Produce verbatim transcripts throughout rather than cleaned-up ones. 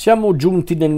Siamo giunti nel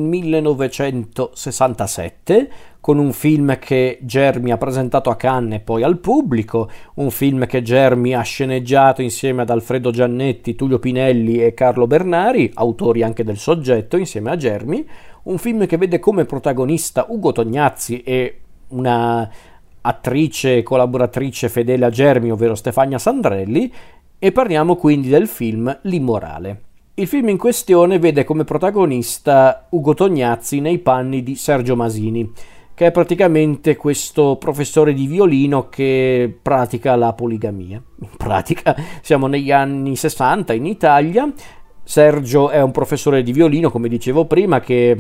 millenovecentosessantasette con un film che Germi ha presentato a Cannes e poi al pubblico, un film che Germi ha sceneggiato insieme ad Alfredo Giannetti, Tullio Pinelli e Carlo Bernari, autori anche del soggetto insieme a Germi, un film che vede come protagonista Ugo Tognazzi e una attrice e collaboratrice fedele a Germi, ovvero Stefania Sandrelli, e parliamo quindi del film L'Immorale. Il film in questione vede come protagonista Ugo Tognazzi nei panni di Sergio Masini, che è praticamente questo professore di violino che pratica la poligamia. In pratica, siamo negli anni sessanta in Italia. Sergio è un professore di violino, come dicevo prima, che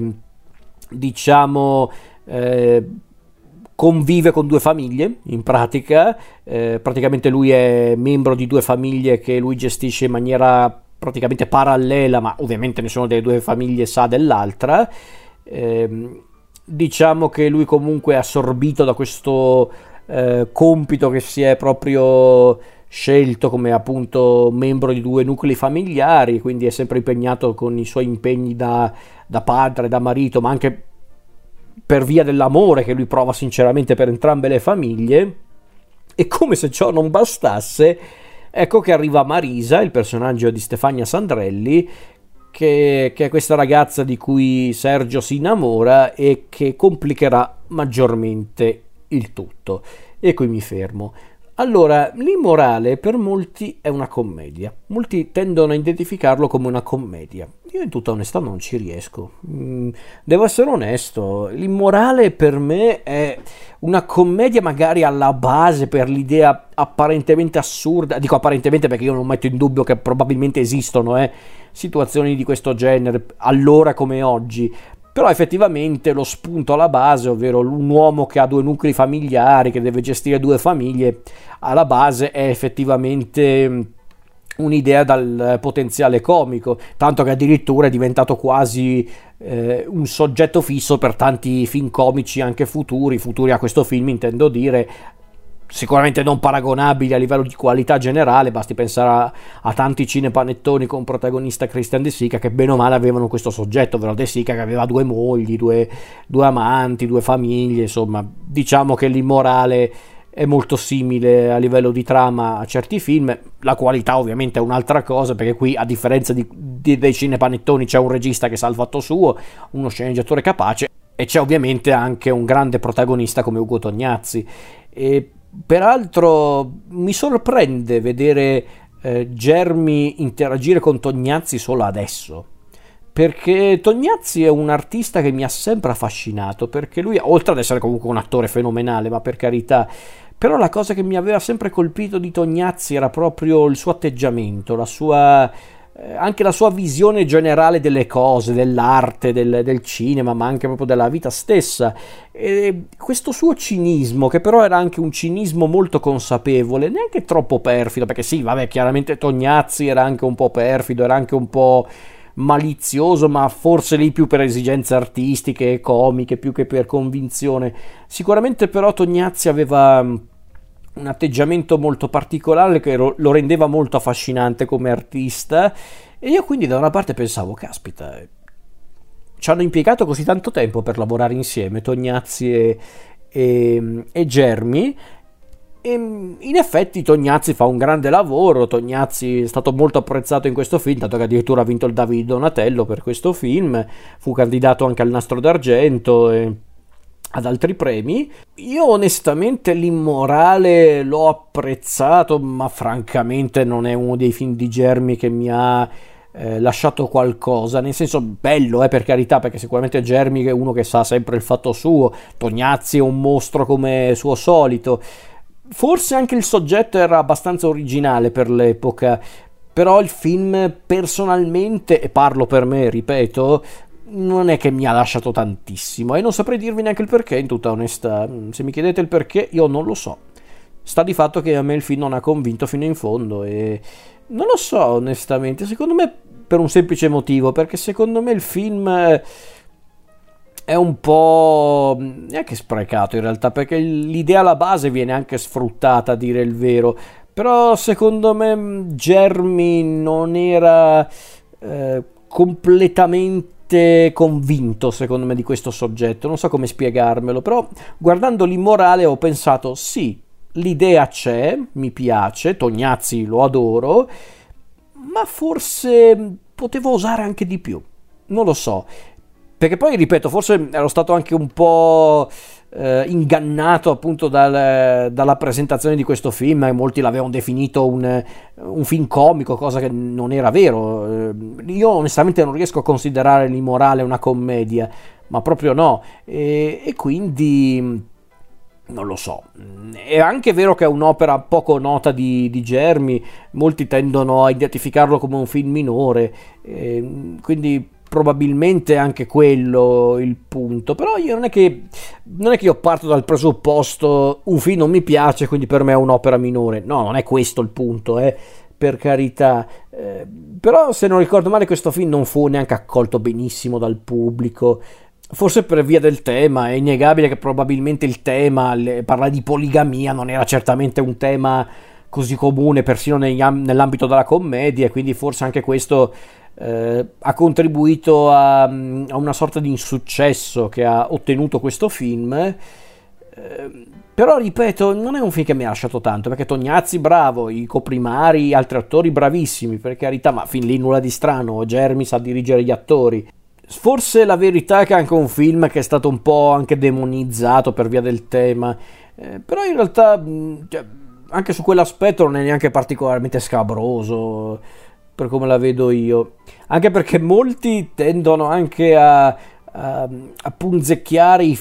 diciamo eh, convive con due famiglie, in pratica. Eh, praticamente lui è membro di due famiglie che lui gestisce in maniera praticamente parallela, ma ovviamente nessuna delle due famiglie sa dell'altra. Eh, diciamo che lui comunque è assorbito da questo eh, compito che si è proprio scelto come appunto membro di due nuclei familiari, quindi è sempre impegnato con i suoi impegni da, da padre, da marito, ma anche per via dell'amore che lui prova sinceramente per entrambe le famiglie. E come se ciò non bastasse, ecco che arriva Marisa, il personaggio di Stefania Sandrelli, che, che è questa ragazza di cui Sergio si innamora e che complicherà maggiormente il tutto. E qui mi fermo. Allora, L'Immorale per molti è una commedia. Molti tendono a identificarlo come una commedia. Io in tutta onestà non ci riesco. Mm, devo essere onesto. L'Immorale per me è una commedia magari alla base per l'idea apparentemente assurda. Dico apparentemente perché io non metto in dubbio che probabilmente esistono eh, situazioni di questo genere, allora come oggi. Però effettivamente lo spunto alla base, ovvero un uomo che ha due nuclei familiari, che deve gestire due famiglie, alla base è effettivamente un'idea dal potenziale comico, tanto che addirittura è diventato quasi eh, un soggetto fisso per tanti film comici anche futuri, futuri a questo film intendo dire, sicuramente non paragonabili a livello di qualità generale, basti pensare a, a tanti cinepanettoni con protagonista Christian De Sica che bene o male avevano questo soggetto, ovvero De Sica che aveva due mogli, due, due amanti, due famiglie, insomma diciamo che L'Immorale è molto simile a livello di trama a certi film. La qualità ovviamente è un'altra cosa, perché qui a differenza di, di, dei cinepanettoni c'è un regista che sa il fatto suo, uno sceneggiatore capace e c'è ovviamente anche un grande protagonista come Ugo Tognazzi. E peraltro mi sorprende vedere eh, Germi interagire con Tognazzi solo adesso, perché Tognazzi è un artista che mi ha sempre affascinato, perché lui, oltre ad essere comunque un attore fenomenale, ma per carità, però la cosa che mi aveva sempre colpito di Tognazzi era proprio il suo atteggiamento, la sua anche la sua visione generale delle cose, dell'arte, del, del cinema, ma anche proprio della vita stessa. E questo suo cinismo, che però era anche un cinismo molto consapevole, neanche troppo perfido, perché sì, vabbè, chiaramente Tognazzi era anche un po' perfido, era anche un po' malizioso, ma forse lì più per esigenze artistiche e comiche, più che per convinzione. Sicuramente però Tognazzi aveva un atteggiamento molto particolare che lo rendeva molto affascinante come artista, e io quindi da una parte pensavo, caspita, ci hanno impiegato così tanto tempo per lavorare insieme Tognazzi e, e, e Germi, e in effetti Tognazzi fa un grande lavoro. Tognazzi è stato molto apprezzato in questo film, tanto che addirittura ha vinto il David Donatello per questo film, fu candidato anche al Nastro d'Argento e ad altri premi. Io onestamente L'Immorale l'ho apprezzato, ma francamente non è uno dei film di Germi che mi ha eh, lasciato qualcosa, nel senso bello eh, per carità, perché sicuramente Germi è uno che sa sempre il fatto suo, Tognazzi è un mostro come suo solito, forse anche il soggetto era abbastanza originale per l'epoca, però il film personalmente, e parlo per me, ripeto, non è che mi ha lasciato tantissimo, e non saprei dirvi neanche il perché, in tutta onestà. Se mi chiedete il perché, io non lo so. Sta di fatto che a me il film non ha convinto fino in fondo, e non lo so onestamente, secondo me per un semplice motivo, perché secondo me il film è un po' neanche sprecato in realtà, perché l'idea alla base viene anche sfruttata, a dire il vero, però secondo me Germi non era eh, completamente estremamente convinto, secondo me, di questo soggetto. Non so come spiegarmelo, però guardando l'Immorale ho pensato, sì, l'idea c'è, mi piace, Tognazzi lo adoro, ma forse potevo osare anche di più. Non lo so. Perché poi, ripeto, forse ero stato anche un po' eh, ingannato appunto dal, dalla presentazione di questo film, e molti l'avevano definito un, un film comico, cosa che non era vero. Eh, io onestamente non riesco a considerare l'Immorale una commedia, ma proprio no. E, e quindi non lo so. È anche vero che è un'opera poco nota di, di Germi, molti tendono a identificarlo come un film minore, eh, quindi probabilmente anche quello il punto. Però io non è che non è che io parto dal presupposto un film non mi piace quindi per me è un'opera minore. No, non è questo il punto, eh, per carità. Eh, però se non ricordo male questo film non fu neanche accolto benissimo dal pubblico, forse per via del tema. È innegabile che probabilmente il tema, parlare di poligamia, non era certamente un tema così comune persino negli, nell'ambito della commedia, quindi forse anche questo Eh, ha contribuito a, a una sorta di insuccesso che ha ottenuto questo film. Eh, però ripeto, non è un film che mi ha lasciato tanto, perché Tognazzi bravo, i coprimari, altri attori bravissimi, per carità, ma fin lì nulla di strano, Germi sa dirigere gli attori. Forse la verità è che è anche un film che è stato un po' anche demonizzato per via del tema, eh, però in realtà cioè, anche su quell'aspetto non è neanche particolarmente scabroso per come la vedo io, anche perché molti tendono anche a, a, a punzecchiare i,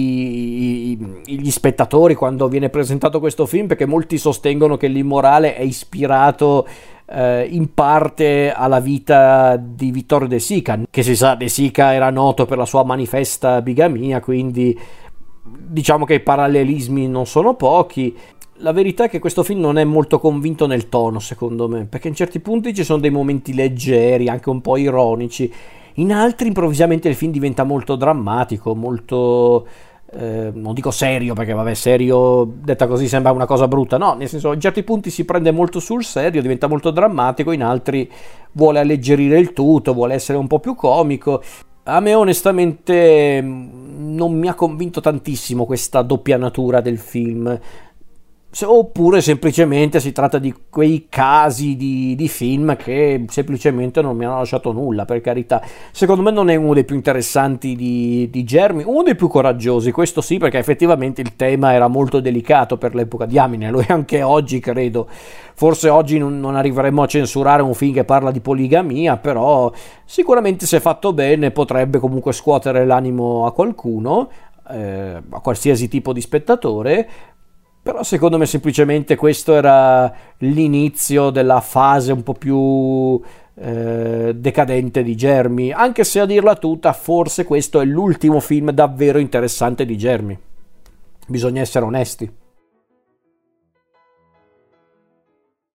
i, i, gli spettatori quando viene presentato questo film, perché molti sostengono che l'Immorale è ispirato eh, in parte alla vita di Vittorio De Sica, che si sa De Sica era noto per la sua manifesta bigamia, quindi diciamo che i parallelismi non sono pochi. La verità è che questo film non è molto convinto nel tono, secondo me, perché in certi punti ci sono dei momenti leggeri, anche un po' ironici, in altri improvvisamente il film diventa molto drammatico, molto eh, non dico serio, perché vabbè, serio detta così sembra una cosa brutta, no, nel senso in certi punti si prende molto sul serio, diventa molto drammatico, in altri vuole alleggerire il tutto, vuole essere un po' più comico. A me onestamente non mi ha convinto tantissimo questa doppia natura del film. Oppure semplicemente si tratta di quei casi di, di film che semplicemente non mi hanno lasciato nulla, per carità. Secondo me non è uno dei più interessanti di, di Germi, uno dei più coraggiosi, questo sì, perché effettivamente il tema era molto delicato per l'epoca, diamine, lo è anche oggi, credo. Forse oggi non, non arriveremo a censurare un film che parla di poligamia, però sicuramente se fatto bene potrebbe comunque scuotere l'animo a qualcuno, eh, a qualsiasi tipo di spettatore. Però secondo me semplicemente questo era l'inizio della fase un po' più eh, decadente di Germi, anche se a dirla tutta forse questo è l'ultimo film davvero interessante di Germi. Bisogna essere onesti.